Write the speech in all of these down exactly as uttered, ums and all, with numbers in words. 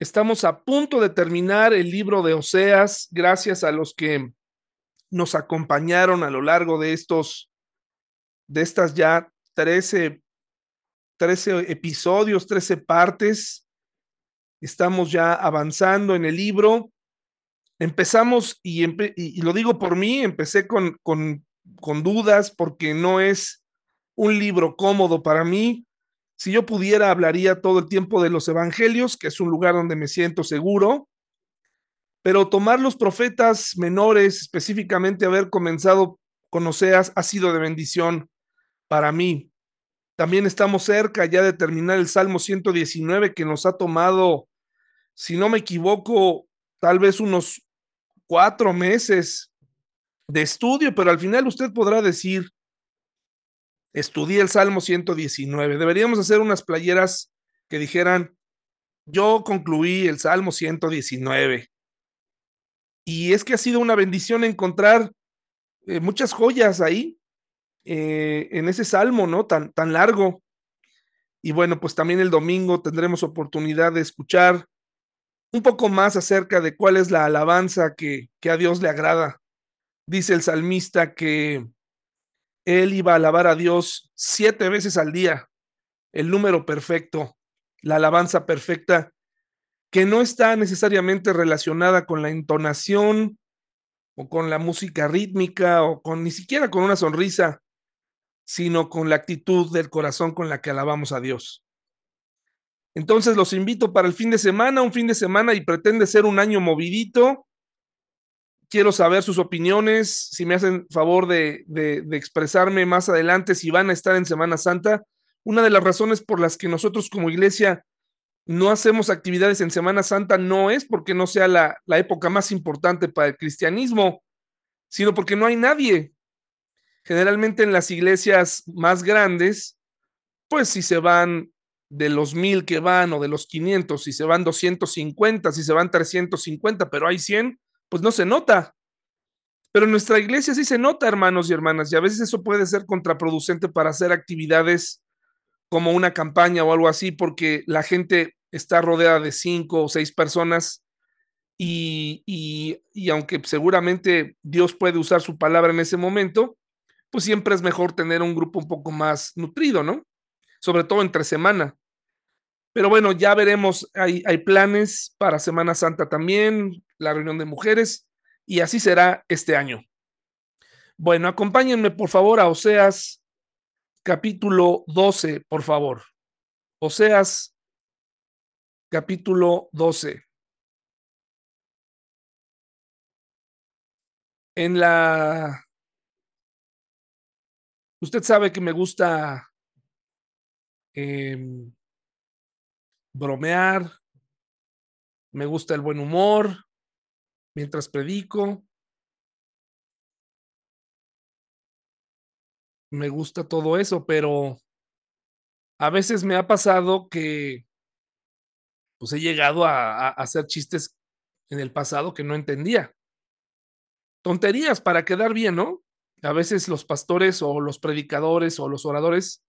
Estamos a punto de terminar el libro de Oseas, gracias a los que nos acompañaron a lo largo de estos de estas ya trece, trece episodios, trece partes. Estamos ya avanzando en el libro. Empezamos, y, empe y, y lo digo por mí, empecé con, con, con dudas porque no es un libro cómodo para mí. Si yo pudiera, hablaría todo el tiempo de los evangelios, que es un lugar donde me siento seguro, pero tomar los profetas menores, específicamente haber comenzado con Oseas, ha sido de bendición para mí. También estamos cerca ya de terminar el Salmo ciento diecinueve, que nos ha tomado, si no me equivoco, tal vez unos cuatro meses de estudio, pero al final usted podrá decir, estudié el Salmo ciento diecinueve. Deberíamos hacer unas playeras que dijeran, yo concluí el Salmo ciento diecinueve. Y es que ha sido una bendición encontrar eh, muchas joyas ahí, eh, en ese salmo, ¿no? Tan, tan largo. Y bueno, pues también el domingo tendremos oportunidad de escuchar un poco más acerca de cuál es la alabanza que, que a Dios le agrada. Dice el salmista que él iba a alabar a Dios siete veces al día, el número perfecto, la alabanza perfecta, que no está necesariamente relacionada con la entonación o con la música rítmica o con ni siquiera con una sonrisa, sino con la actitud del corazón con la que alabamos a Dios. Entonces los invito para el fin de semana, un fin de semana y pretende ser un año movidito. Quiero saber sus opiniones, si me hacen favor de, de, de expresarme más adelante si van a estar en Semana Santa. Una de las razones por las que nosotros como iglesia no hacemos actividades en Semana Santa no es porque no sea la, la época más importante para el cristianismo, sino porque no hay nadie. Generalmente en las iglesias más grandes, pues si se van de los mil que van o de los quinientos, si se van doscientos cincuenta, si se van trescientos cincuenta, pero hay cien, pues no se nota. Pero en nuestra iglesia sí se nota, hermanos y hermanas, y a veces eso puede ser contraproducente para hacer actividades como una campaña o algo así, porque la gente está rodeada de cinco o seis personas y, y, y aunque seguramente Dios puede usar su palabra en ese momento, pues siempre es mejor tener un grupo un poco más nutrido, ¿no? Sobre todo entre semana. Pero bueno, ya veremos, hay, hay planes para Semana Santa también, la reunión de mujeres, y así será este año. Bueno, acompáñenme por favor a Oseas capítulo doce, por favor. Oseas capítulo doce. En la... Usted sabe que me gusta eh, bromear, me gusta el buen humor mientras predico, me gusta todo eso, pero a veces me ha pasado que pues he llegado a, a hacer chistes en el pasado que no entendía. Tonterías para quedar bien, ¿no? A veces los pastores o los predicadores o los oradores,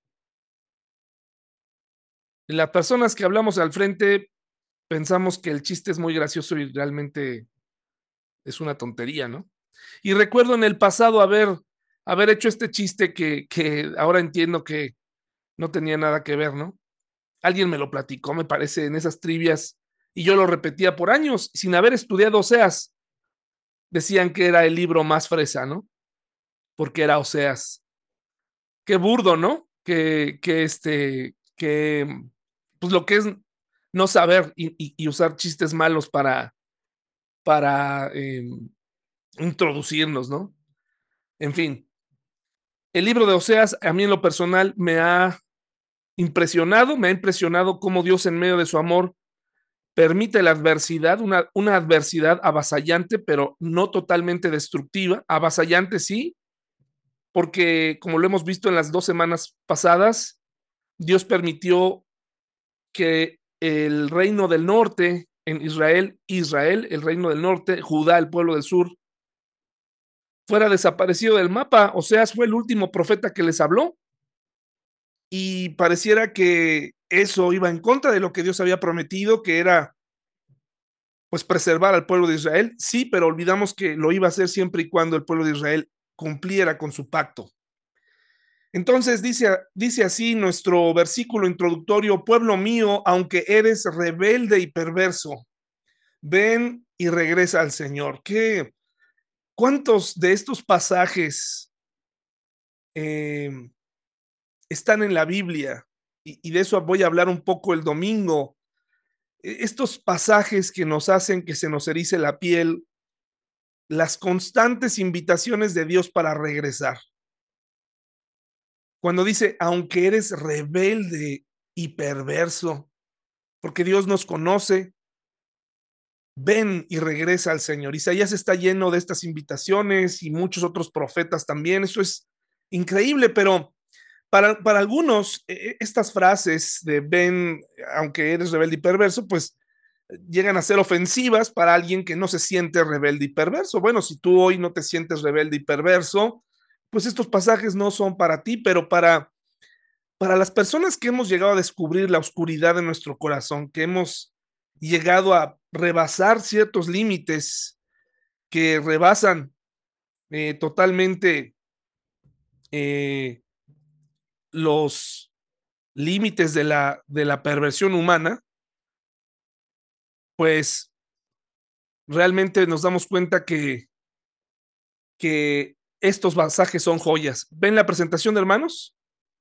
las personas que hablamos al frente, pensamos que el chiste es muy gracioso y realmente es una tontería, ¿no? Y recuerdo en el pasado haber, haber hecho este chiste que, que ahora entiendo que no tenía nada que ver, ¿no? Alguien me lo platicó, me parece, en esas trivias, y yo lo repetía por años, sin haber estudiado Oseas. Decían que era el libro más fresa, ¿no? Porque era Oseas. Qué burdo, ¿no? Que, que este, que, pues lo que es no saber y, y, y usar chistes malos para, para eh, introducirnos, ¿no? En fin, el libro de Oseas a mí en lo personal me ha impresionado, me ha impresionado cómo Dios en medio de su amor permite la adversidad, una, una adversidad avasallante, pero no totalmente destructiva, avasallante sí, porque como lo hemos visto en las dos semanas pasadas, Dios permitió que el reino del norte en Israel, Israel, el reino del norte, Judá, el pueblo del sur, fuera desaparecido del mapa. Oseas fue el último profeta que les habló y pareciera que eso iba en contra de lo que Dios había prometido, que era pues preservar al pueblo de Israel, sí, pero olvidamos que lo iba a hacer siempre y cuando el pueblo de Israel cumpliera con su pacto. Entonces dice, dice así nuestro versículo introductorio: pueblo mío, aunque eres rebelde y perverso, ven y regresa al Señor. ¿Qué, ¿Cuántos de estos pasajes eh, están en la Biblia? Y, y de eso voy a hablar un poco el domingo. Estos pasajes que nos hacen que se nos erice la piel, las constantes invitaciones de Dios para regresar. Cuando dice, aunque eres rebelde y perverso, porque Dios nos conoce, ven y regresa al Señor. Isaías está lleno de estas invitaciones y muchos otros profetas también. Eso es increíble, pero para, para algunos eh, estas frases de ven, aunque eres rebelde y perverso, pues llegan a ser ofensivas para alguien que no se siente rebelde y perverso. Bueno, si tú hoy no te sientes rebelde y perverso, pues estos pasajes no son para ti, pero para, para las personas que hemos llegado a descubrir la oscuridad de nuestro corazón, que hemos llegado a rebasar ciertos límites que rebasan eh, totalmente eh, los límites de la, de la perversión humana, pues realmente nos damos cuenta que, que estos pasajes son joyas. ¿Ven la presentación, de hermanos?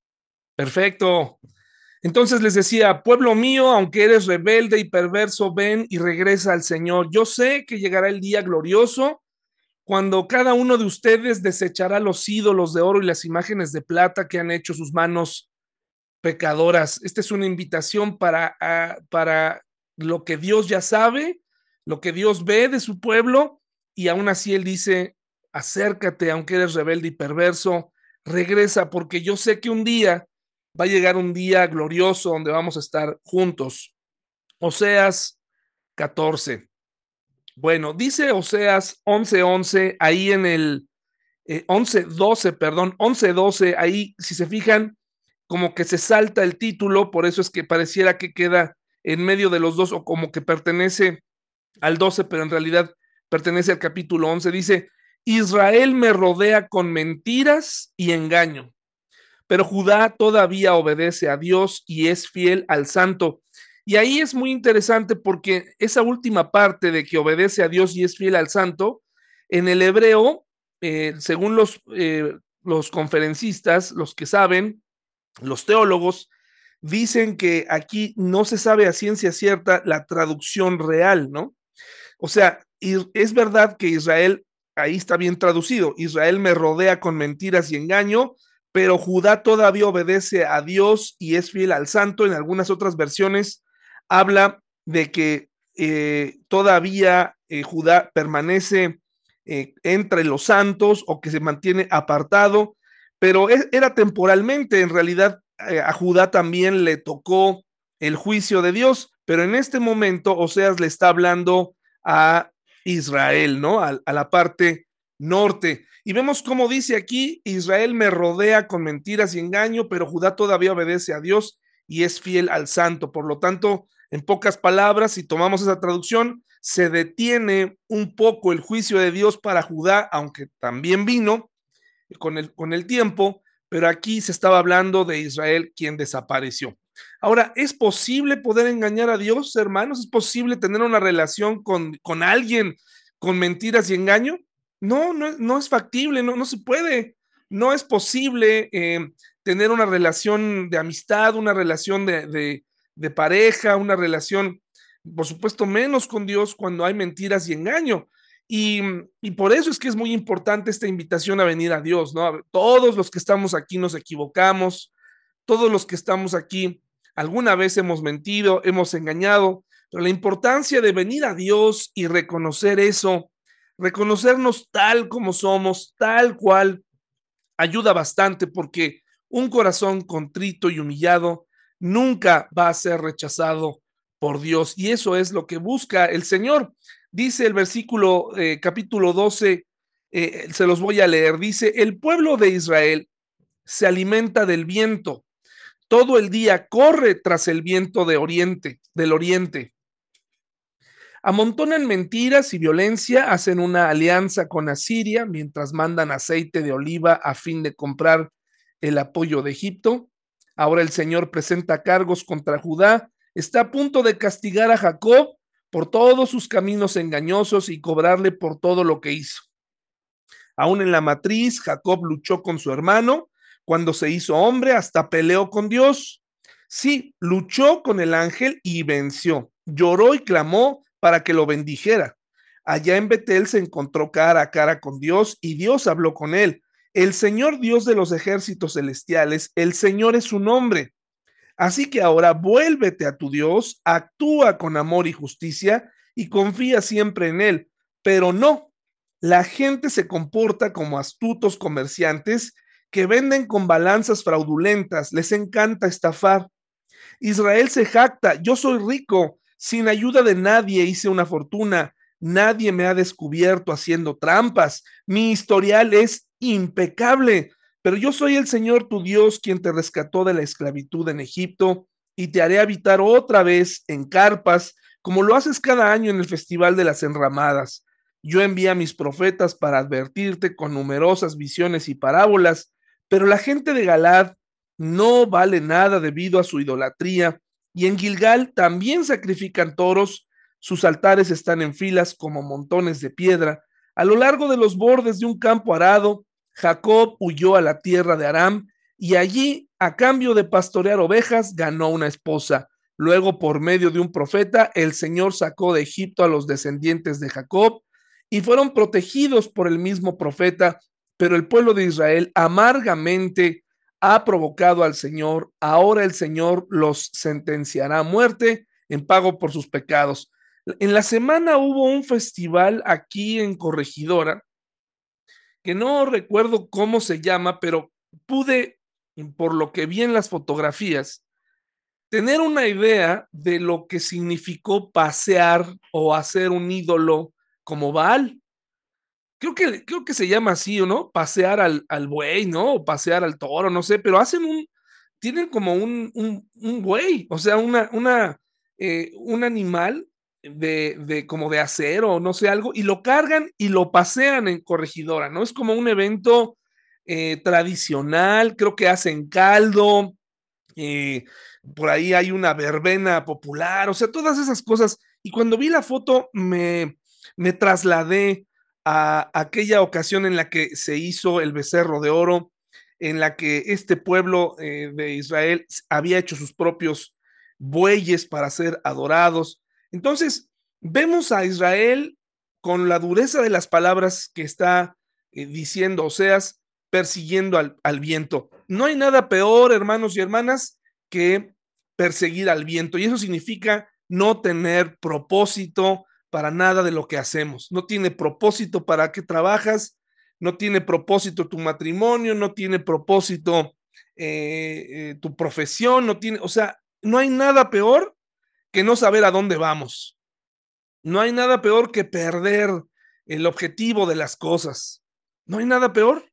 Perfecto. Entonces les decía, pueblo mío, aunque eres rebelde y perverso, ven y regresa al Señor. Yo sé que llegará el día glorioso cuando cada uno de ustedes desechará los ídolos de oro y las imágenes de plata que han hecho sus manos pecadoras. Esta es una invitación para, uh, para lo que Dios ya sabe, lo que Dios ve de su pueblo, y aún así Él dice, acércate, aunque eres rebelde y perverso, regresa, porque yo sé que un día va a llegar un día glorioso donde vamos a estar juntos. Oseas catorce. Bueno, dice Oseas once once, ahí en el eh, once doce, perdón, once doce, ahí si se fijan, como que se salta el título, por eso es que pareciera que queda en medio de los dos o como que pertenece al doce, pero en realidad pertenece al capítulo once. Dice, Israel me rodea con mentiras y engaño, pero Judá todavía obedece a Dios y es fiel al Santo. Y ahí es muy interesante porque esa última parte de que obedece a Dios y es fiel al Santo, en el hebreo, eh, según los, eh, los conferencistas, los que saben, los teólogos, dicen que aquí no se sabe a ciencia cierta la traducción real, ¿no? O sea, es verdad que Israel, ahí está bien traducido, Israel me rodea con mentiras y engaño, pero Judá todavía obedece a Dios y es fiel al Santo. En algunas otras versiones habla de que eh, todavía eh, Judá permanece eh, entre los santos o que se mantiene apartado, pero es, era temporalmente. En realidad eh, a Judá también le tocó el juicio de Dios, pero en este momento Oseas le está hablando a Israel, ¿no? A, a la parte norte. Y vemos cómo dice aquí, Israel me rodea con mentiras y engaño, pero Judá todavía obedece a Dios y es fiel al Santo. Por lo tanto, en pocas palabras, si tomamos esa traducción, se detiene un poco el juicio de Dios para Judá, aunque también vino con el, con el tiempo, pero aquí se estaba hablando de Israel, quien desapareció. Ahora, ¿es posible poder engañar a Dios, hermanos? ¿Es posible tener una relación con, con alguien con mentiras y engaño? No, no, no es factible, no, no se puede. No es posible eh, tener una relación de amistad, una relación de, de, de pareja, una relación, por supuesto, menos con Dios cuando hay mentiras y engaño. Y, y, por eso es que es muy importante esta invitación a venir a Dios, ¿no? Todos los que estamos aquí nos equivocamos, todos los que estamos aquí alguna vez hemos mentido, hemos engañado, pero la importancia de venir a Dios y reconocer eso, reconocernos tal como somos, tal cual, ayuda bastante, porque un corazón contrito y humillado nunca va a ser rechazado por Dios, y eso es lo que busca el Señor. Dice el versículo eh, capítulo doce, eh, se los voy a leer, dice, el pueblo de Israel se alimenta del viento, todo el día corre tras el viento de oriente, del oriente. Amontonan mentiras y violencia, hacen una alianza con Asiria mientras mandan aceite de oliva a fin de comprar el apoyo de Egipto. Ahora el Señor presenta cargos contra Judá, está a punto de castigar a Jacob por todos sus caminos engañosos y cobrarle por todo lo que hizo. Aún en la matriz, Jacob luchó con su hermano. Cuando se hizo hombre, hasta peleó con Dios. Sí, luchó con el ángel y venció. Lloró y clamó para que lo bendijera. Allá en Betel se encontró cara a cara con Dios y Dios habló con él. El Señor Dios de los ejércitos celestiales, el Señor es su nombre. Así que ahora vuélvete a tu Dios, actúa con amor y justicia y confía siempre en él. Pero no, la gente se comporta como astutos comerciantes que venden con balanzas fraudulentas, les encanta estafar. Israel se jacta, yo soy rico, sin ayuda de nadie hice una fortuna, nadie me ha descubierto haciendo trampas, mi historial es impecable, pero yo soy el Señor tu Dios quien te rescató de la esclavitud en Egipto y te haré habitar otra vez en carpas, como lo haces cada año en el Festival de las Enramadas. Yo envié a mis profetas para advertirte con numerosas visiones y parábolas, pero la gente de Galad no vale nada debido a su idolatría, y en Gilgal también sacrifican toros, sus altares están en filas como montones de piedra. A lo largo de los bordes de un campo arado, Jacob huyó a la tierra de Aram, y allí, a cambio de pastorear ovejas, ganó una esposa. Luego, por medio de un profeta, el Señor sacó de Egipto a los descendientes de Jacob, y fueron protegidos por el mismo profeta, pero el pueblo de Israel amargamente ha provocado al Señor, ahora el Señor los sentenciará a muerte en pago por sus pecados. En la semana hubo un festival aquí en Corregidora, que no recuerdo cómo se llama, pero pude, por lo que vi en las fotografías, tener una idea de lo que significó pasear o hacer un ídolo como Baal. Creo que, creo que se llama así, ¿o no? Pasear al, al buey, ¿no? O pasear al toro, no sé, pero hacen un, tienen como un, un, un buey, o sea, una, una, eh, un animal de, de como de acero, o no sé, algo, y lo cargan y lo pasean en Corregidora, ¿no? Es como un evento eh, tradicional, creo que hacen caldo, eh, por ahí hay una verbena popular, o sea, todas esas cosas. Y cuando vi la foto me, me trasladé a aquella ocasión en la que se hizo el becerro de oro, en la que este pueblo eh, de Israel había hecho sus propios bueyes para ser adorados. Entonces, vemos a Israel con la dureza de las palabras que está eh, diciendo Oseas, persiguiendo al, al viento. No hay nada peor, hermanos y hermanas, que perseguir al viento. Y eso significa no tener propósito para nada de lo que hacemos. No tiene propósito para qué trabajas, no tiene propósito tu matrimonio, no tiene propósito eh, eh, tu profesión, no tiene, o sea, no hay nada peor que no saber a dónde vamos. No hay nada peor que perder el objetivo de las cosas. No hay nada peor.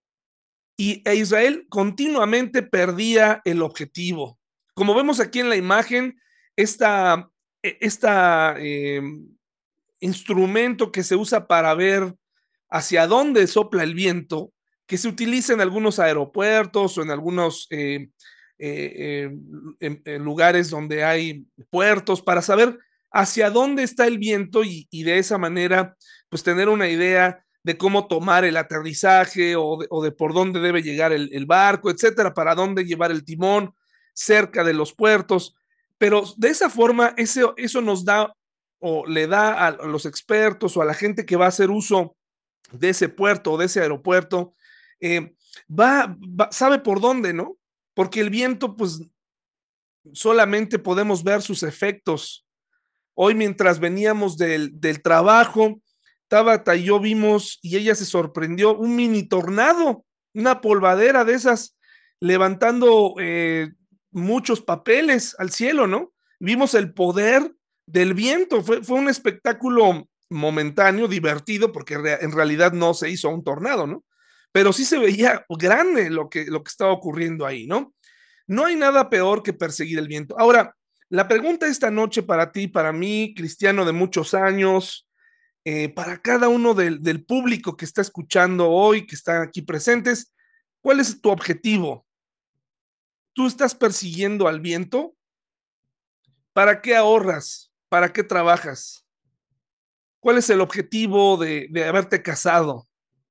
Y e Israel continuamente perdía el objetivo. Como vemos aquí en la imagen, esta, esta eh, instrumento que se usa para ver hacia dónde sopla el viento, que se utiliza en algunos aeropuertos o en algunos eh, eh, eh, en, en lugares donde hay puertos para saber hacia dónde está el viento y, y de esa manera pues tener una idea de cómo tomar el aterrizaje o de, o de por dónde debe llegar el, el barco, etcétera, para dónde llevar el timón cerca de los puertos. Pero de esa forma, ese, eso nos da o le da a los expertos o a la gente que va a hacer uso de ese puerto o de ese aeropuerto, eh, va, va, sabe por dónde, ¿no? Porque el viento, pues, solamente podemos ver sus efectos. Hoy, mientras veníamos del, del trabajo, Tabata y yo vimos, y ella se sorprendió, un mini tornado, una polvadera de esas, levantando eh, muchos papeles al cielo, ¿no? Vimos el poder del viento, fue, fue un espectáculo momentáneo, divertido, porque en realidad no se hizo un tornado, ¿no? Pero sí se veía grande lo que, lo que estaba ocurriendo ahí, ¿no? No hay nada peor que perseguir el viento. Ahora, La pregunta esta noche para ti, para mí, cristiano de muchos años, eh, para cada uno del, del público que está escuchando hoy, que están aquí presentes, ¿cuál es tu objetivo? ¿Tú estás persiguiendo al viento? ¿Para qué ahorras? ¿Para qué trabajas? ¿Cuál es el objetivo de, de haberte casado?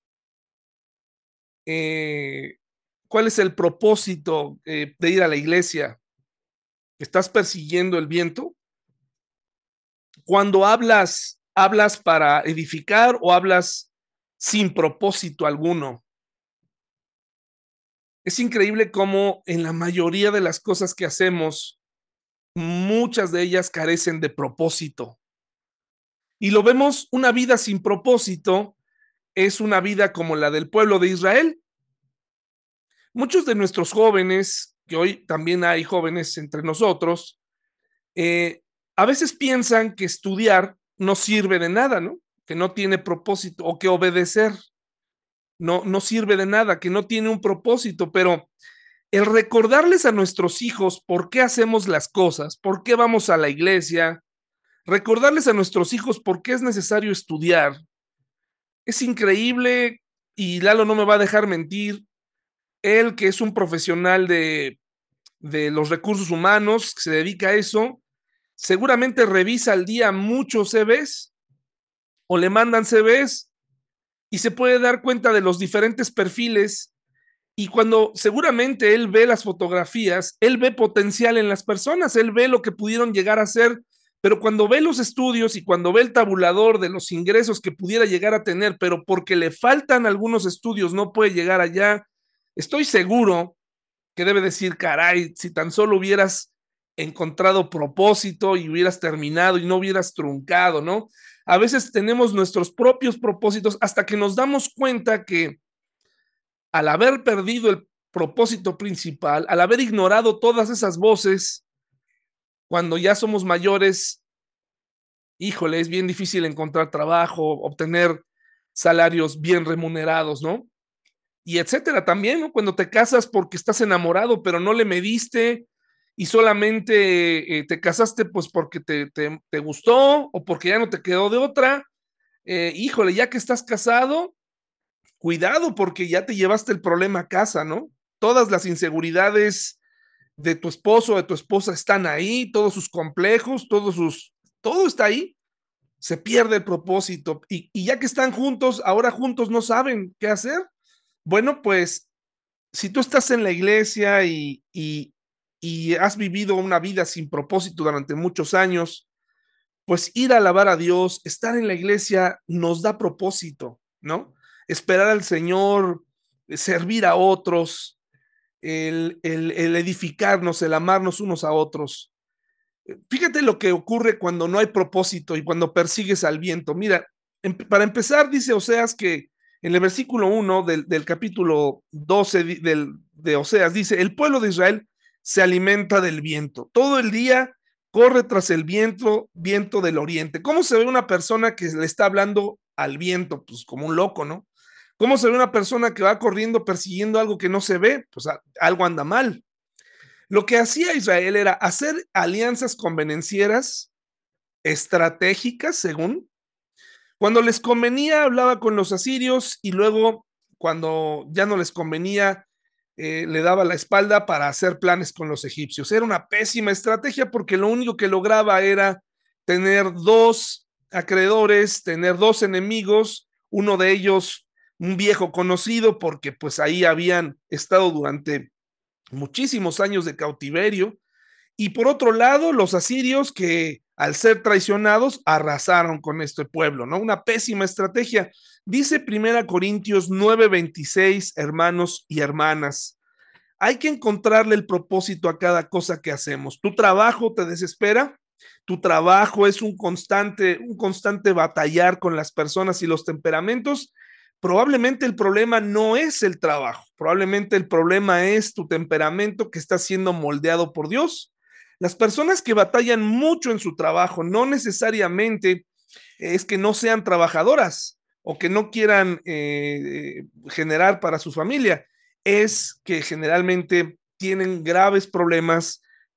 Eh, ¿Cuál es el propósito eh, de ir a la iglesia? ¿Estás persiguiendo el viento? Cuando hablas, ¿hablas para edificar o hablas sin propósito alguno? Es increíble cómo en la mayoría de las cosas que hacemos, muchas de ellas carecen de propósito. Y lo vemos, una vida sin propósito es una vida como la del pueblo de Israel. Muchos de nuestros jóvenes, que hoy también hay jóvenes entre nosotros, eh, a veces piensan que estudiar no sirve de nada, ¿no? Que no tiene propósito, o que obedecer no, no sirve de nada, que no tiene un propósito, pero el recordarles a nuestros hijos por qué hacemos las cosas, por qué vamos a la iglesia, recordarles a nuestros hijos por qué es necesario estudiar, es increíble. Y Lalo no me va a dejar mentir, él que es un profesional de, de los recursos humanos, que se dedica a eso, seguramente revisa al día muchos C Vs o le mandan C Vs y se puede dar cuenta de los diferentes perfiles. Y cuando seguramente él ve las fotografías, él ve potencial en las personas, él ve lo que pudieron llegar a ser, pero cuando ve los estudios y cuando ve el tabulador de los ingresos que pudiera llegar a tener, pero porque le faltan algunos estudios no puede llegar allá, estoy seguro que debe decir, caray, si tan solo hubieras encontrado propósito y hubieras terminado y no hubieras truncado, ¿no? A veces tenemos nuestros propios propósitos hasta que nos damos cuenta que al haber perdido el propósito principal, al haber ignorado todas esas voces, cuando ya somos mayores, híjole, es bien difícil encontrar trabajo, obtener salarios bien remunerados, ¿no? Y etcétera también, ¿no? Cuando te casas porque estás enamorado, pero no le mediste y solamente eh, te casaste pues porque te, te, te, gustó o porque ya no te quedó de otra, eh, híjole, ya que estás casado, cuidado porque ya te llevaste el problema a casa, ¿no? Todas las inseguridades de tu esposo o de tu esposa están ahí, todos sus complejos, todos sus, todo está ahí. Se pierde el propósito y, y ya que están juntos, ahora juntos no saben qué hacer. Bueno, pues si tú estás en la iglesia y, y, y has vivido una vida sin propósito durante muchos años, pues ir a alabar a Dios, estar en la iglesia nos da propósito, ¿no? Esperar al Señor, servir a otros, el, el, el edificarnos, el amarnos unos a otros. Fíjate lo que ocurre cuando no hay propósito y cuando persigues al viento. Mira, em, para empezar, dice Oseas que en el versículo uno del, del capítulo doce del, de Oseas, dice, el pueblo de Israel se alimenta del viento. Todo el día corre tras el viento, viento del oriente. ¿Cómo se ve una persona que le está hablando al viento? Pues como un loco, ¿no? ¿Cómo se ve una persona que va corriendo persiguiendo algo que no se ve? Pues a, algo anda mal. Lo que hacía Israel era hacer alianzas convenencieras, estratégicas, según. Cuando les convenía, hablaba con los asirios y luego, cuando ya no les convenía, eh, le daba la espalda para hacer planes con los egipcios. Era una pésima estrategia porque lo único que lograba era tener dos acreedores, tener dos enemigos, uno de ellos un viejo conocido porque pues ahí habían estado durante muchísimos años de cautiverio, y por otro lado, los asirios que al ser traicionados arrasaron con este pueblo, ¿no? Una pésima estrategia. Dice Primera Corintios nueve veintiséis, hermanos y hermanas, hay que encontrarle el propósito a cada cosa que hacemos. Tu trabajo te desespera, tu trabajo es un constante, un constante batallar con las personas y los temperamentos. Probablemente el problema no es el trabajo, probablemente el problema es tu temperamento que está siendo moldeado por Dios. Las personas que batallan mucho en su trabajo no necesariamente es que no sean trabajadoras o que no quieran eh, generar para su familia, es que generalmente tienen graves problemas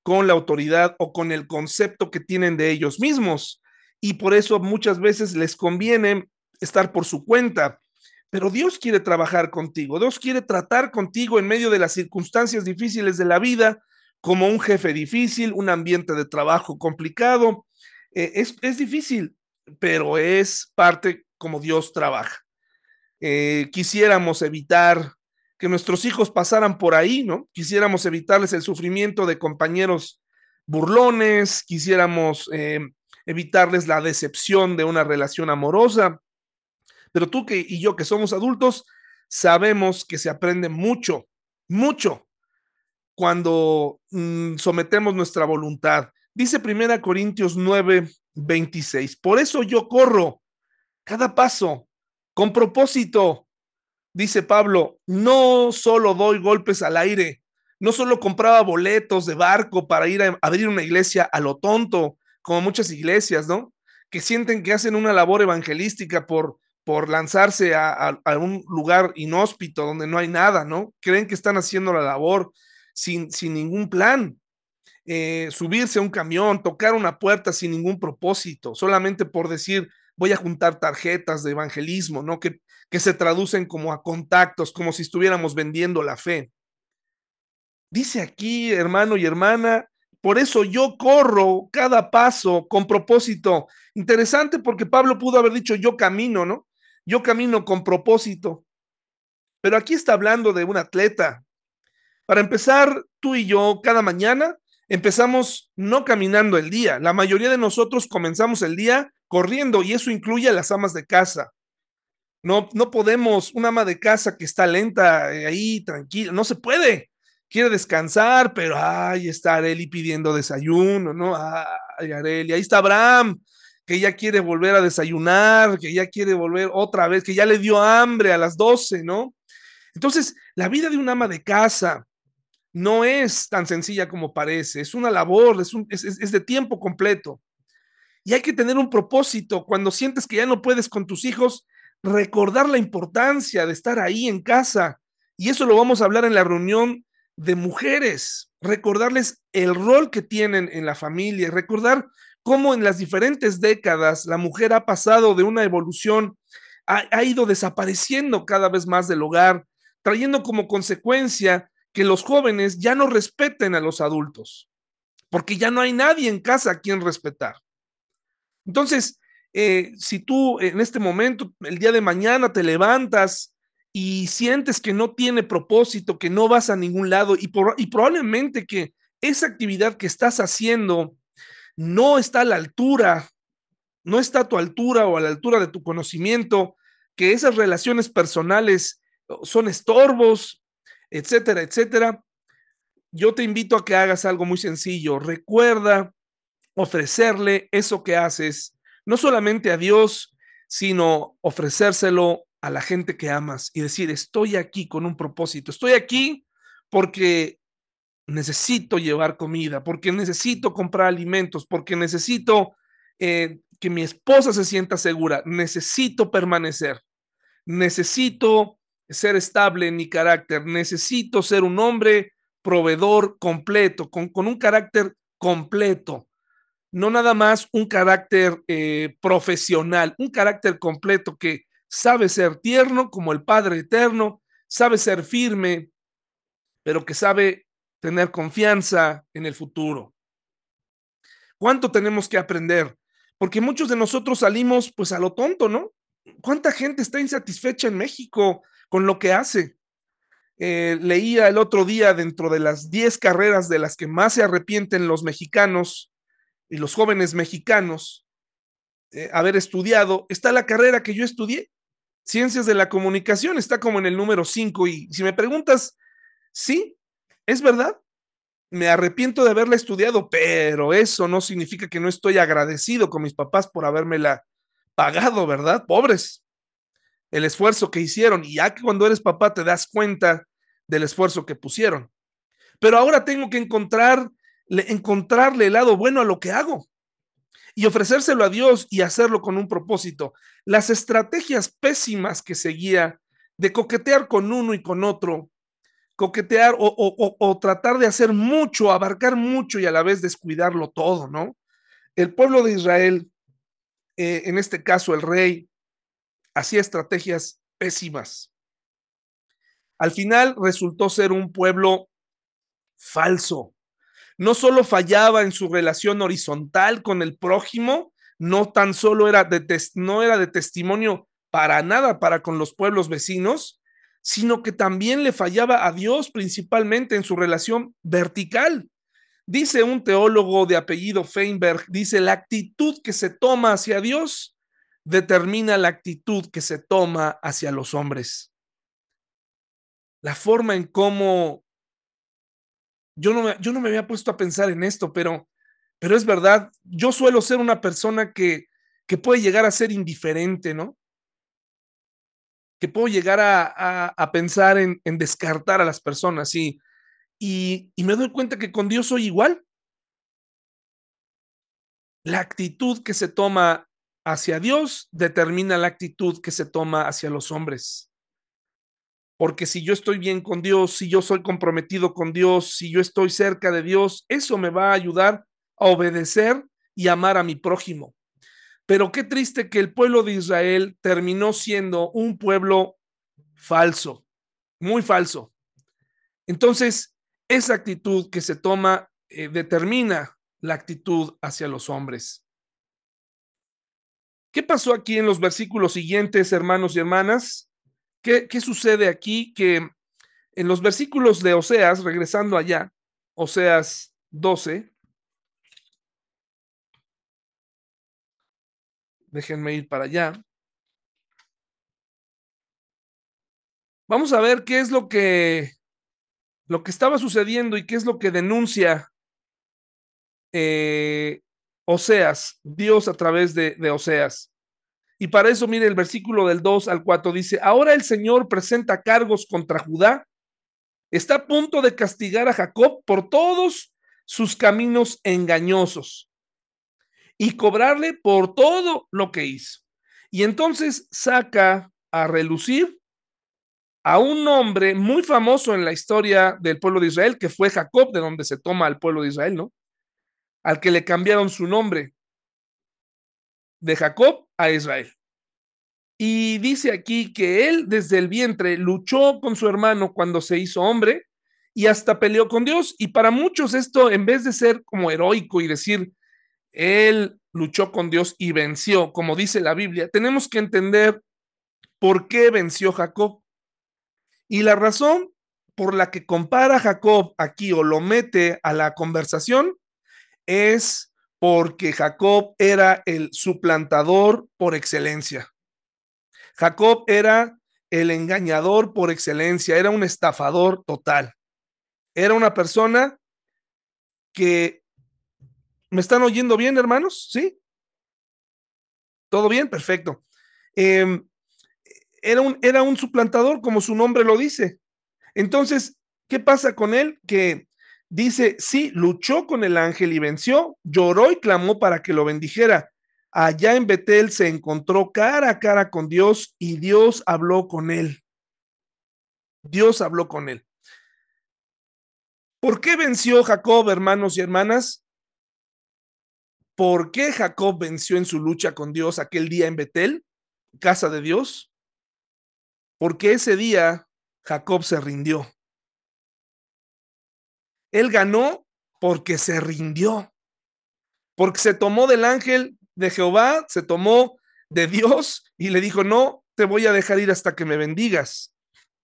con la autoridad o con el concepto que tienen de ellos mismos. Y por eso muchas veces les conviene estar por su cuenta. Pero Dios quiere trabajar contigo, Dios quiere tratar contigo en medio de las circunstancias difíciles de la vida, como un jefe difícil, un ambiente de trabajo complicado. Eh, es, es difícil, pero es parte como Dios trabaja. Eh, quisiéramos evitar que nuestros hijos pasaran por ahí, ¿no? Quisiéramos evitarles el sufrimiento de compañeros burlones, quisiéramos eh, evitarles la decepción de una relación amorosa, pero tú que, y yo que somos adultos, sabemos que se aprende mucho, mucho cuando mm, sometemos nuestra voluntad. Dice primera Corintios nueve, veintiséis, por eso yo corro cada paso con propósito. Dice Pablo, no solo doy golpes al aire, no solo compraba boletos de barco para ir a abrir una iglesia a lo tonto, como muchas iglesias, ¿no? Que sienten que hacen una labor evangelística por, por lanzarse a, a, a un lugar inhóspito donde no hay nada, ¿no? Creen que están haciendo la labor sin, sin ningún plan. Eh, subirse a un camión, tocar una puerta sin ningún propósito, solamente por decir, voy a juntar tarjetas de evangelismo, ¿no? Que, que se traducen como a contactos, como si estuviéramos vendiendo la fe. Dice aquí, hermano y hermana, por eso yo corro cada paso con propósito. Interesante porque Pablo pudo haber dicho yo camino, ¿no? Yo camino con propósito. Pero aquí está hablando de un atleta. Para empezar, tú y yo cada mañana empezamos no caminando el día. La mayoría de nosotros comenzamos el día corriendo y eso incluye a las amas de casa. No, no podemos, una ama de casa que está lenta, eh, ahí, tranquila, no se puede. Quiere descansar, pero ay, está Areli pidiendo desayuno, ¿no? Ay, Areli, ahí está Abraham, que ya quiere volver a desayunar, que ya quiere volver otra vez, que ya le dio hambre a las doce, ¿no? Entonces, la vida de una ama de casa no es tan sencilla como parece, es una labor, es, un, es, es de tiempo completo. Y hay que tener un propósito. Cuando sientes que ya no puedes con tus hijos, recordar la importancia de estar ahí en casa. Y eso lo vamos a hablar en la reunión de mujeres, recordarles el rol que tienen en la familia, recordar cómo en las diferentes décadas la mujer ha pasado de una evolución, ha, ha ido desapareciendo cada vez más del hogar, trayendo como consecuencia que los jóvenes ya no respeten a los adultos, porque ya no hay nadie en casa a quien respetar. Entonces, eh, si tú en este momento, el día de mañana, te levantas y sientes que no tiene propósito, que no vas a ningún lado y, por, y probablemente que esa actividad que estás haciendo no está a la altura, no está a tu altura o a la altura de tu conocimiento, que esas relaciones personales son estorbos, etcétera, etcétera, yo te invito a que hagas algo muy sencillo. Recuerda ofrecerle eso que haces, no solamente a Dios, sino ofrecérselo a la gente que amas y decir, estoy aquí con un propósito, estoy aquí porque necesito llevar comida, porque necesito comprar alimentos, porque necesito eh, que mi esposa se sienta segura, necesito permanecer, necesito ser estable en mi carácter, necesito ser un hombre proveedor completo, con, con un carácter completo, no nada más un carácter eh, profesional, un carácter completo que sabe ser tierno como el Padre Eterno, sabe ser firme, pero que sabe tener confianza en el futuro. ¿Cuánto tenemos que aprender? Porque muchos de nosotros salimos pues a lo tonto, ¿no? ¿Cuánta gente está insatisfecha en México con lo que hace? Eh, leía el otro día dentro de las diez carreras de las que más se arrepienten los mexicanos y los jóvenes mexicanos eh, haber estudiado, está la carrera que yo estudié, Ciencias de la Comunicación, está como en el número cinco y si me preguntas, sí, es verdad, me arrepiento de haberla estudiado, pero eso no significa que no estoy agradecido con mis papás por habérmela pagado, ¿verdad? Pobres, el esfuerzo que hicieron y ya que cuando eres papá te das cuenta del esfuerzo que pusieron. Pero ahora tengo que encontrar, encontrarle el lado bueno a lo que hago y ofrecérselo a Dios y hacerlo con un propósito. Las estrategias pésimas que seguía de coquetear con uno y con otro, coquetear o, o, o, o tratar de hacer mucho, abarcar mucho y a la vez descuidarlo todo, ¿no? El pueblo de Israel, eh, en este caso el rey, hacía estrategias pésimas. Al final resultó ser un pueblo falso. No solo fallaba en su relación horizontal con el prójimo, no tan solo era de, no era de testimonio para nada para con los pueblos vecinos, sino que también le fallaba a Dios principalmente en su relación vertical. Dice un teólogo de apellido Feinberg, dice, la actitud que se toma hacia Dios determina la actitud que se toma hacia los hombres. La forma en cómo, yo no, yo no me había puesto a pensar en esto, pero, pero es verdad, yo suelo ser una persona que, que puede llegar a ser indiferente, ¿no? Que puedo llegar a, a, a pensar en, en, descartar a las personas y, y, y me doy cuenta que con Dios soy igual. La actitud que se toma hacia Dios determina la actitud que se toma hacia los hombres. Porque si yo estoy bien con Dios, si yo soy comprometido con Dios, si yo estoy cerca de Dios, eso me va a ayudar a obedecer y amar a mi prójimo. Pero qué triste que el pueblo de Israel terminó siendo un pueblo falso, muy falso. Entonces, esa actitud que se toma eh, determina la actitud hacia los hombres. ¿Qué pasó aquí en los versículos siguientes, hermanos y hermanas? ¿Qué, qué sucede aquí? Que en los versículos de Oseas, regresando allá, Oseas doce, déjenme ir para allá. Vamos a ver qué es lo que, lo que estaba sucediendo y qué es lo que denuncia eh, Oseas, Dios a través de, de Oseas. Y para eso, mire, el versículo del dos al cuatro dice, ahora el Señor presenta cargos contra Judá, está a punto de castigar a Jacob por todos sus caminos engañosos y cobrarle por todo lo que hizo. Y entonces saca a relucir a un hombre muy famoso en la historia del pueblo de Israel, que fue Jacob, de donde se toma al pueblo de Israel, ¿no? Al que le cambiaron su nombre de Jacob a Israel. Y dice aquí que él desde el vientre luchó con su hermano cuando se hizo hombre y hasta peleó con Dios. Y para muchos esto, en vez de ser como heroico y decir, él luchó con Dios y venció, como dice la Biblia, tenemos que entender por qué venció Jacob. Y la razón por la que compara Jacob aquí o lo mete a la conversación es porque Jacob era el suplantador por excelencia. Jacob era el engañador por excelencia, era un estafador total. Era una persona que... ¿Me están oyendo bien, hermanos? ¿Sí? ¿Todo bien? Perfecto. Eh, era, un, era un suplantador, como su nombre lo dice. Entonces, ¿qué pasa con él? Que dice, sí, luchó con el ángel y venció, lloró y clamó para que lo bendijera. Allá en Betel se encontró cara a cara con Dios y Dios habló con él. Dios habló con él. ¿Por qué venció Jacob, hermanos y hermanas? ¿Por qué Jacob venció en su lucha con Dios aquel día en Betel, casa de Dios? Porque ese día Jacob se rindió. Él ganó porque se rindió, porque se tomó del ángel de Jehová, se tomó de Dios y le dijo, no te voy a dejar ir hasta que me bendigas.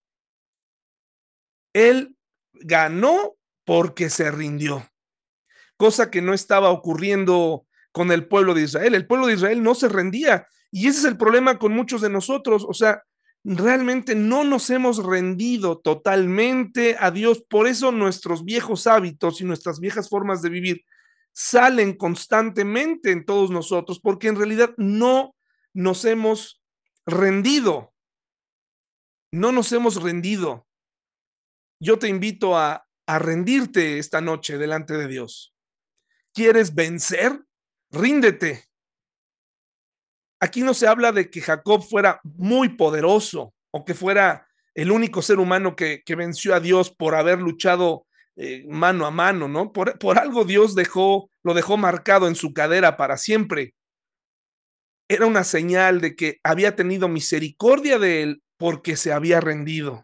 Él ganó porque se rindió, cosa que no estaba ocurriendo con el pueblo de Israel. El pueblo de Israel no se rendía y ese es el problema con muchos de nosotros. O sea, realmente no nos hemos rendido totalmente a Dios. Por eso nuestros viejos hábitos y nuestras viejas formas de vivir salen constantemente en todos nosotros, porque en realidad no nos hemos rendido. No nos hemos rendido. Yo te invito a, a rendirte esta noche delante de Dios. ¿Quieres vencer? Ríndete. Aquí no se habla de que Jacob fuera muy poderoso o que fuera el único ser humano que, que venció a Dios por haber luchado eh, mano a mano, ¿no? Por, por algo Dios dejó, lo dejó marcado en su cadera para siempre. Era una señal de que había tenido misericordia de él porque se había rendido.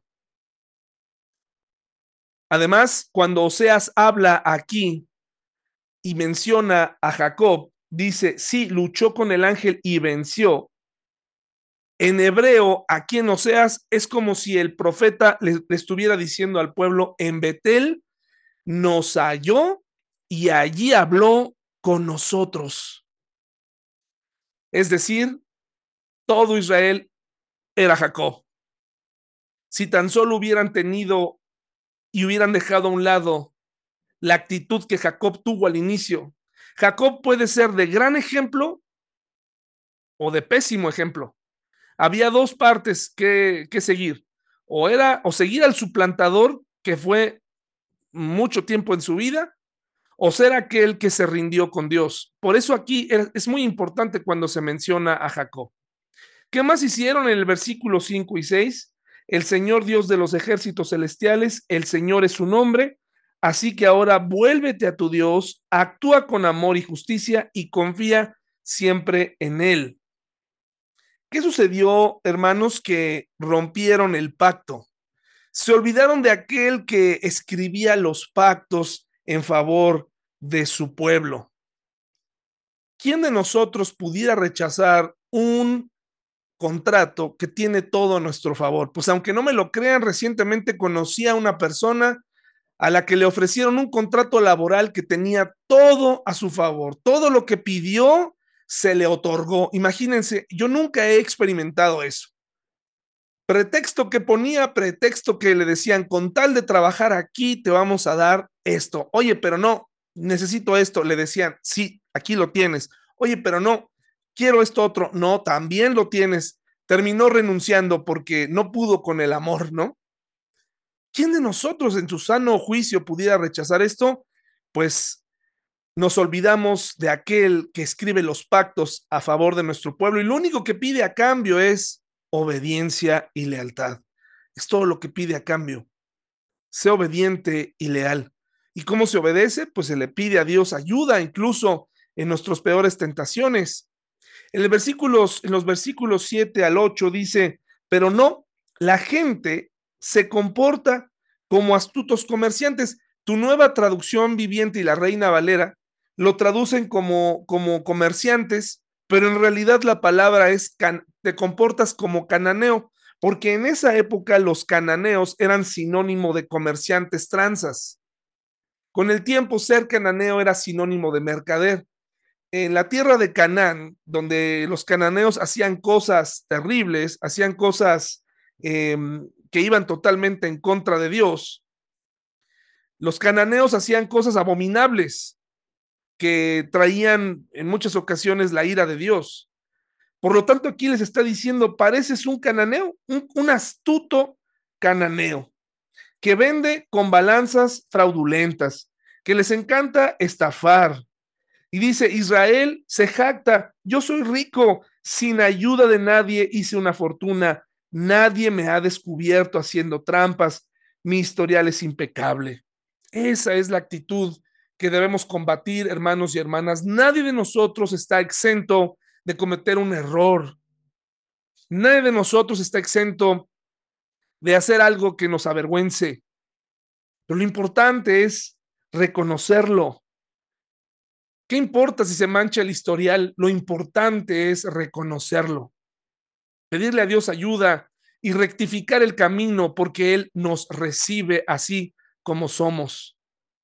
Además, cuando Oseas habla aquí y menciona a Jacob, dice, sí, luchó con el ángel y venció. En hebreo, aquí en Oseas, es como si el profeta le, le estuviera diciendo al pueblo, en Betel nos halló y allí habló con nosotros. Es decir, todo Israel era Jacob. Si tan solo hubieran tenido y hubieran dejado a un lado la actitud que Jacob tuvo al inicio, Jacob puede ser de gran ejemplo o de pésimo ejemplo. Había dos partes que, que seguir. O era o seguir al suplantador, que fue mucho tiempo en su vida, o ser aquel que se rindió con Dios. Por eso aquí es muy importante cuando se menciona a Jacob. ¿Qué más hicieron en el versículo cinco y seis? El Señor Dios de los ejércitos celestiales, el Señor es su nombre, así que ahora vuélvete a tu Dios, actúa con amor y justicia y confía siempre en Él. ¿Qué sucedió, hermanos, que rompieron el pacto? Se olvidaron de aquel que escribía los pactos en favor de su pueblo. ¿Quién de nosotros pudiera rechazar un contrato que tiene todo a nuestro favor? Pues aunque no me lo crean, recientemente conocí a una persona a la que le ofrecieron un contrato laboral que tenía todo a su favor, todo lo que pidió se le otorgó. Imagínense, yo nunca he experimentado eso. Pretexto que ponía, pretexto que le decían, con tal de trabajar aquí, te vamos a dar esto. Oye, pero no, necesito esto. Le decían, sí, aquí lo tienes. Oye, pero no, quiero esto otro. No, también lo tienes. Terminó renunciando porque no pudo con el amor, ¿no? ¿Quién de nosotros en su sano juicio pudiera rechazar esto? Pues nos olvidamos de aquel que escribe los pactos a favor de nuestro pueblo y lo único que pide a cambio es obediencia y lealtad. Es todo lo que pide a cambio. Sé obediente y leal. ¿Y cómo se obedece? Pues se le pide a Dios ayuda incluso en nuestras peores tentaciones. En, el versículos, en los versículos siete al ocho dice, pero no, la gente se comporta como astutos comerciantes. Tu nueva traducción viviente y la Reina Valera lo traducen como, como comerciantes, pero en realidad la palabra es, can, te comportas como cananeo, porque en esa época los cananeos eran sinónimo de comerciantes tranzas. Con el tiempo, ser cananeo era sinónimo de mercader. En la tierra de Canaán, donde los cananeos hacían cosas terribles, hacían cosas eh, que iban totalmente en contra de Dios, los cananeos hacían cosas abominables que traían en muchas ocasiones la ira de Dios. Por lo tanto, aquí les está diciendo, pareces un cananeo, un, un astuto cananeo, que vende con balanzas fraudulentas, que les encanta estafar. Y dice, Israel se jacta, yo soy rico, sin ayuda de nadie hice una fortuna, nadie me ha descubierto haciendo trampas, mi historial es impecable. Esa es la actitud que debemos combatir, hermanos y hermanas. Nadie de nosotros está exento de cometer un error. Nadie de nosotros está exento de hacer algo que nos avergüence. Pero lo importante es reconocerlo. ¿Qué importa si se mancha el historial? Lo importante es reconocerlo, pedirle a Dios ayuda y rectificar el camino porque Él nos recibe así como somos.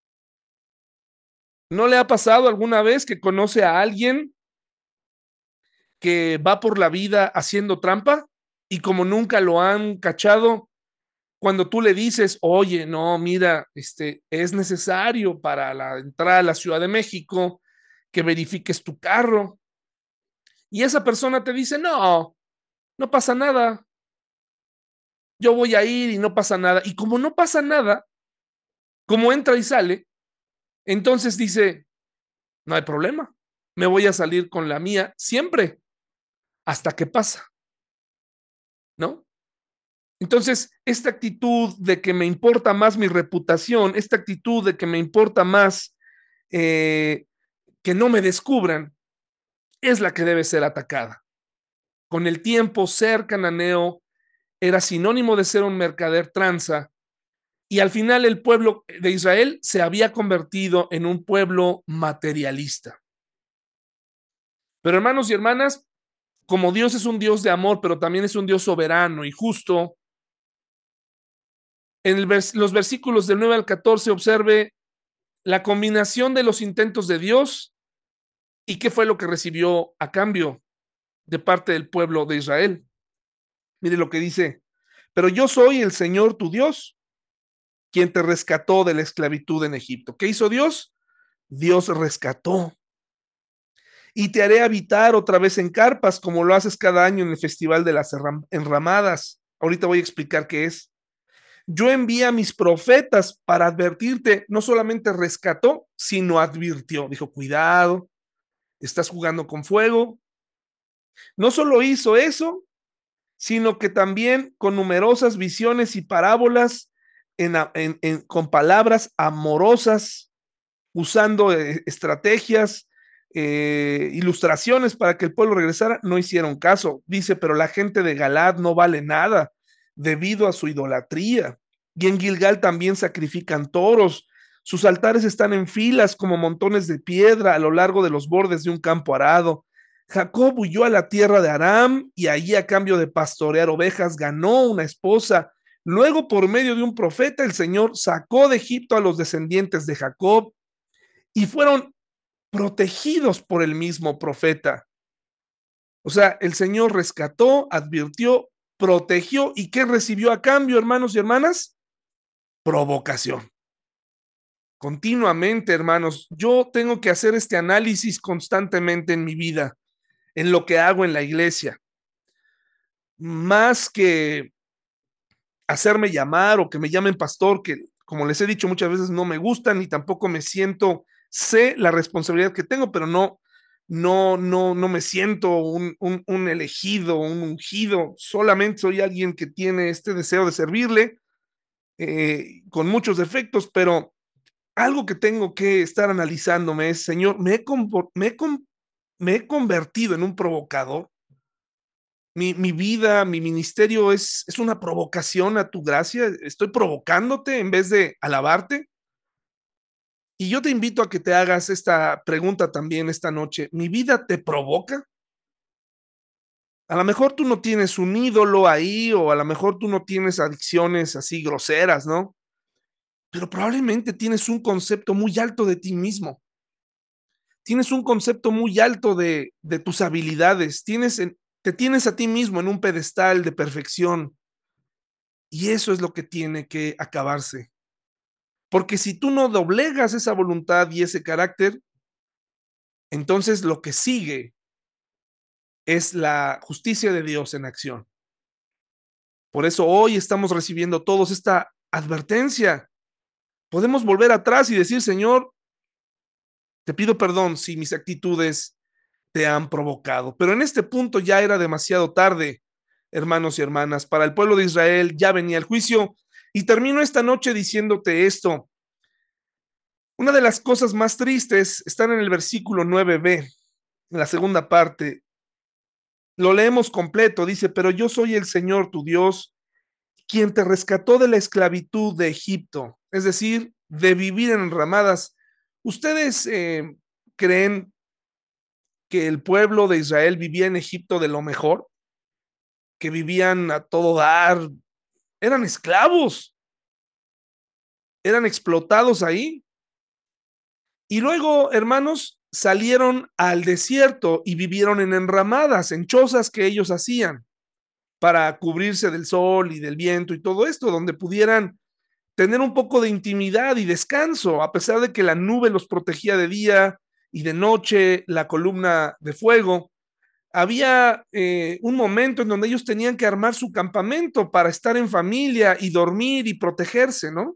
¿No le ha pasado alguna vez que conoce a alguien que va por la vida haciendo trampa y como nunca lo han cachado, cuando tú le dices, oye, no, mira, este, es necesario para la entrada a la Ciudad de México que verifiques tu carro? Y esa persona te dice, no, no pasa nada, yo voy a ir y no pasa nada. Y como no pasa nada, como entra y sale, entonces dice, no hay problema, me voy a salir con la mía siempre, hasta que pasa, ¿no? Entonces, esta actitud de que me importa más mi reputación, esta actitud de que me importa más eh, que no me descubran, es la que debe ser atacada. Con el tiempo, ser cananeo era sinónimo de ser un mercader tranza, y al final el pueblo de Israel se había convertido en un pueblo materialista. Pero hermanos y hermanas, como Dios es un Dios de amor, pero también es un Dios soberano y justo, en el vers los versículos del nueve al catorce observe la combinación de los intentos de Dios y qué fue lo que recibió a cambio de parte del pueblo de Israel. Mire lo que dice: pero yo soy el Señor tu Dios, quien te rescató de la esclavitud en Egipto. ¿Qué hizo Dios? Dios rescató. Y te haré habitar otra vez en carpas, como lo haces cada año en el Festival de las Enramadas. Ahorita voy a explicar qué es. Yo envié a mis profetas para advertirte. No solamente rescató, sino advirtió. Dijo, cuidado, estás jugando con fuego. No solo hizo eso, sino que también con numerosas visiones y parábolas, en, en, en, con palabras amorosas, usando eh, estrategias, eh, ilustraciones para que el pueblo regresara, no hicieron caso. Dice, pero la gente de Galad no vale nada debido a su idolatría. Y en Gilgal también sacrifican toros. Sus altares están en filas como montones de piedra a lo largo de los bordes de un campo arado. Jacob huyó a la tierra de Aram y allí, a cambio de pastorear ovejas, ganó una esposa. Luego, por medio de un profeta, el Señor sacó de Egipto a los descendientes de Jacob y fueron protegidos por el mismo profeta. O sea, el Señor rescató, advirtió, protegió. ¿Y qué recibió a cambio, hermanos y hermanas? Provocación. Continuamente, hermanos, yo tengo que hacer este análisis constantemente en mi vida, en lo que hago en la iglesia. Más que hacerme llamar o que me llamen pastor, que como les he dicho muchas veces no me gustan, ni tampoco me siento, sé la responsabilidad que tengo, pero no, no, no, no me siento un, un, un elegido, un ungido. Solamente soy alguien que tiene este deseo de servirle, eh, con muchos defectos, pero algo que tengo que estar analizándome es, Señor, me he, me he, me he convertido en un provocador. Mi, mi vida, mi ministerio es, es una provocación a tu gracia. Estoy provocándote en vez de alabarte. Y yo te invito a que te hagas esta pregunta también esta noche. ¿Mi vida te provoca? A lo mejor tú no tienes un ídolo ahí, o a lo mejor tú no tienes adicciones así groseras, ¿no? Pero probablemente tienes un concepto muy alto de ti mismo. Tienes un concepto muy alto de, de tus habilidades. Tienes, te tienes a ti mismo en un pedestal de perfección. Y eso es lo que tiene que acabarse. Porque si tú no doblegas esa voluntad y ese carácter, entonces lo que sigue es la justicia de Dios en acción. Por eso hoy estamos recibiendo todos esta advertencia. Podemos volver atrás y decir, Señor, te pido perdón si mis actitudes te han provocado. Pero en este punto ya era demasiado tarde, hermanos y hermanas. Para el pueblo de Israel ya venía el juicio. Y termino esta noche diciéndote esto. Una de las cosas más tristes están en el versículo nueve b, en la segunda parte. Lo leemos completo, dice, pero yo soy el Señor tu Dios, quien te rescató de la esclavitud de Egipto, es decir, de vivir en ramadas. ¿Ustedes eh, creen que el pueblo de Israel vivía en Egipto de lo mejor? Que vivían a todo dar, eran esclavos, eran explotados ahí. Y luego, hermanos, salieron al desierto y vivieron en enramadas, en chozas que ellos hacían para cubrirse del sol y del viento y todo esto, donde pudieran tener un poco de intimidad y descanso, a pesar de que la nube los protegía de día y de noche, la columna de fuego. Había eh, un momento en donde ellos tenían que armar su campamento para estar en familia y dormir y protegerse, ¿no?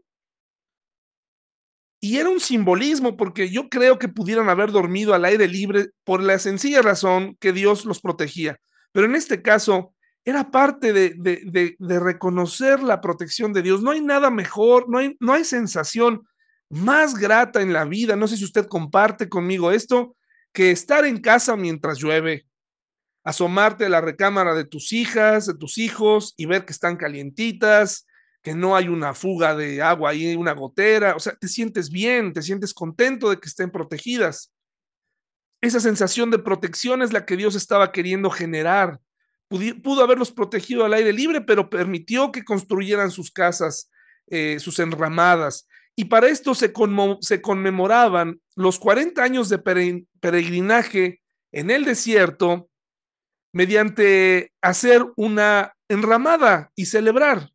Y era un simbolismo, porque yo creo que pudieran haber dormido al aire libre por la sencilla razón que Dios los protegía. Pero en este caso era parte de, de, de, de reconocer la protección de Dios. No hay nada mejor, no hay, no hay sensación más grata en la vida, no sé si usted comparte conmigo esto, que estar en casa mientras llueve, asomarte a la recámara de tus hijas, de tus hijos y ver que están calientitas, que no hay una fuga de agua ahí, una gotera, o sea, te sientes bien, te sientes contento de que estén protegidas. Esa sensación de protección es la que Dios estaba queriendo generar. Pudo, pudo haberlos protegido al aire libre, pero permitió que construyeran sus casas, eh, sus enramadas. Y para esto se, conmo, se conmemoraban los cuarenta años de peregrinaje en el desierto mediante hacer una enramada y celebrar.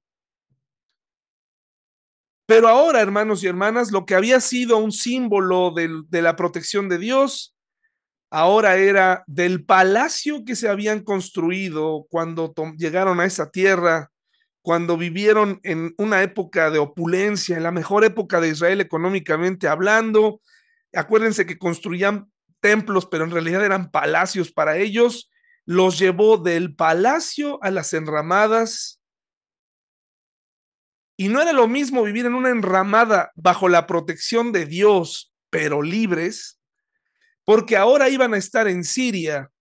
Pero ahora, hermanos y hermanas, lo que había sido un símbolo de, de la protección de Dios, ahora era del palacio que se habían construido cuando llegaron a esa tierra, cuando vivieron en una época de opulencia, en la mejor época de Israel económicamente hablando. Acuérdense que construían templos, pero en realidad eran palacios para ellos. Los llevó del palacio a las enramadas. Y no era lo mismo vivir en una enramada bajo la protección de Dios, pero libres, porque ahora iban a estar en Siria,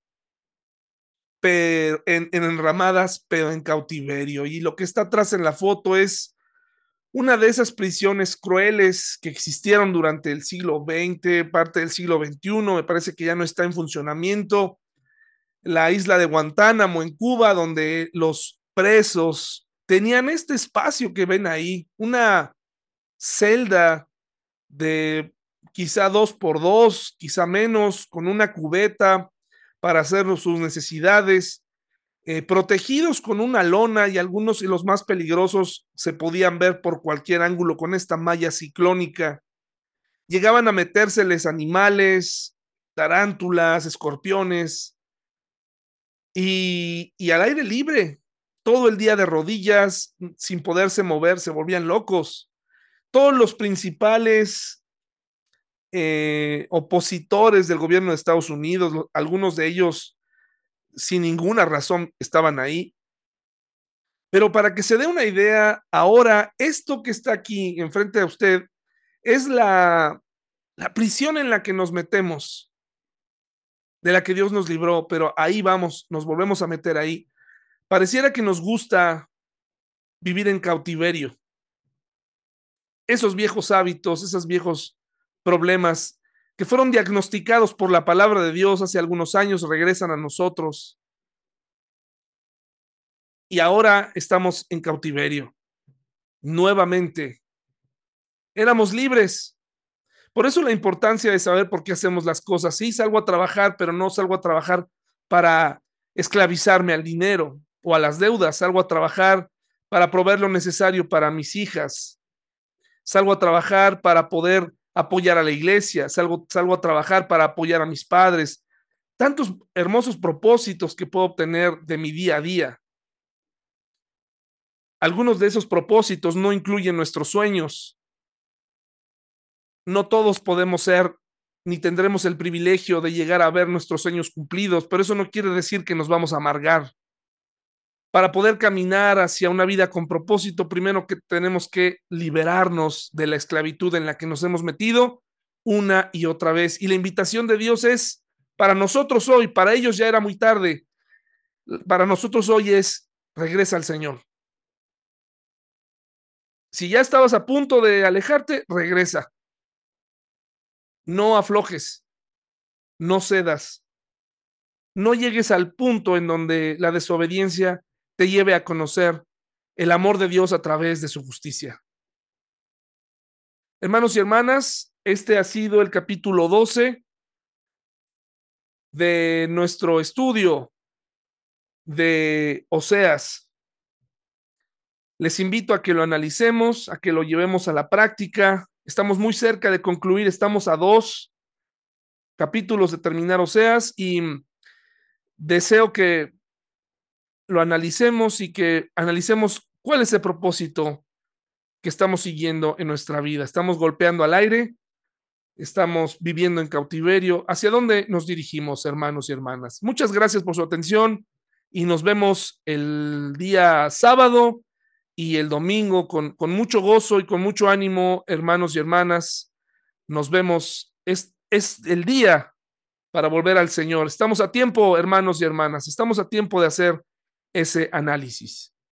pero en, en enramadas, pero en cautiverio. Y lo que está atrás en la foto es una de esas prisiones crueles que existieron durante el siglo veinte, parte del siglo veintiuno, me parece que ya no está en funcionamiento, la isla de Guantánamo en Cuba, donde los presos tenían este espacio que ven ahí, una celda de quizá dos por dos, quizá menos, con una cubeta para hacer sus necesidades, eh, protegidos con una lona, y algunos y los más peligrosos se podían ver por cualquier ángulo con esta malla ciclónica. Llegaban a metérseles animales, tarántulas, escorpiones, y, y al aire libre, todo el día de rodillas, sin poderse mover, se volvían locos. Todos los principales eh, opositores del gobierno de Estados Unidos, lo, algunos de ellos sin ninguna razón estaban ahí. Pero para que se dé una idea, ahora esto que está aquí enfrente de usted es la, la prisión en la que nos metemos, de la que Dios nos libró, pero ahí vamos, nos volvemos a meter ahí. Pareciera que nos gusta vivir en cautiverio. Esos viejos hábitos, esos viejos problemas que fueron diagnosticados por la palabra de Dios hace algunos años regresan a nosotros. Y ahora estamos en cautiverio. Nuevamente, éramos libres. Por eso la importancia de saber por qué hacemos las cosas. Sí, salgo a trabajar, pero no salgo a trabajar para esclavizarme al dinero o a las deudas. Salgo a trabajar para proveer lo necesario para mis hijas. Salgo a trabajar para poder apoyar a la iglesia. Salgo, salgo a trabajar para apoyar a mis padres. Tantos hermosos propósitos que puedo obtener de mi día a día. Algunos de esos propósitos no incluyen nuestros sueños. No todos podemos ser ni tendremos el privilegio de llegar a ver nuestros sueños cumplidos, pero eso no quiere decir que nos vamos a amargar. Para poder caminar hacia una vida con propósito, primero que tenemos que liberarnos de la esclavitud en la que nos hemos metido una y otra vez. Y la invitación de Dios es para nosotros hoy, para ellos ya era muy tarde. Para nosotros hoy es regresa al Señor. Si ya estabas a punto de alejarte, regresa. No aflojes, no cedas, no llegues al punto en donde la desobediencia te lleve a conocer el amor de Dios a través de su justicia. Hermanos y hermanas, este ha sido el capítulo doce de nuestro estudio de Oseas. Les invito a que lo analicemos, a que lo llevemos a la práctica. Estamos muy cerca de concluir, estamos a dos capítulos de terminar Oseas y deseo que lo analicemos y que analicemos cuál es el propósito que estamos siguiendo en nuestra vida. Estamos golpeando al aire, estamos viviendo en cautiverio. ¿Hacia dónde nos dirigimos, hermanos y hermanas? Muchas gracias por su atención. y nos vemos el día sábado y el domingo con, con mucho gozo y con mucho ánimo, hermanos y hermanas. Nos vemos. Es, es el día para volver al Señor. Estamos a tiempo, hermanos y hermanas. Estamos a tiempo de hacer ese análisis.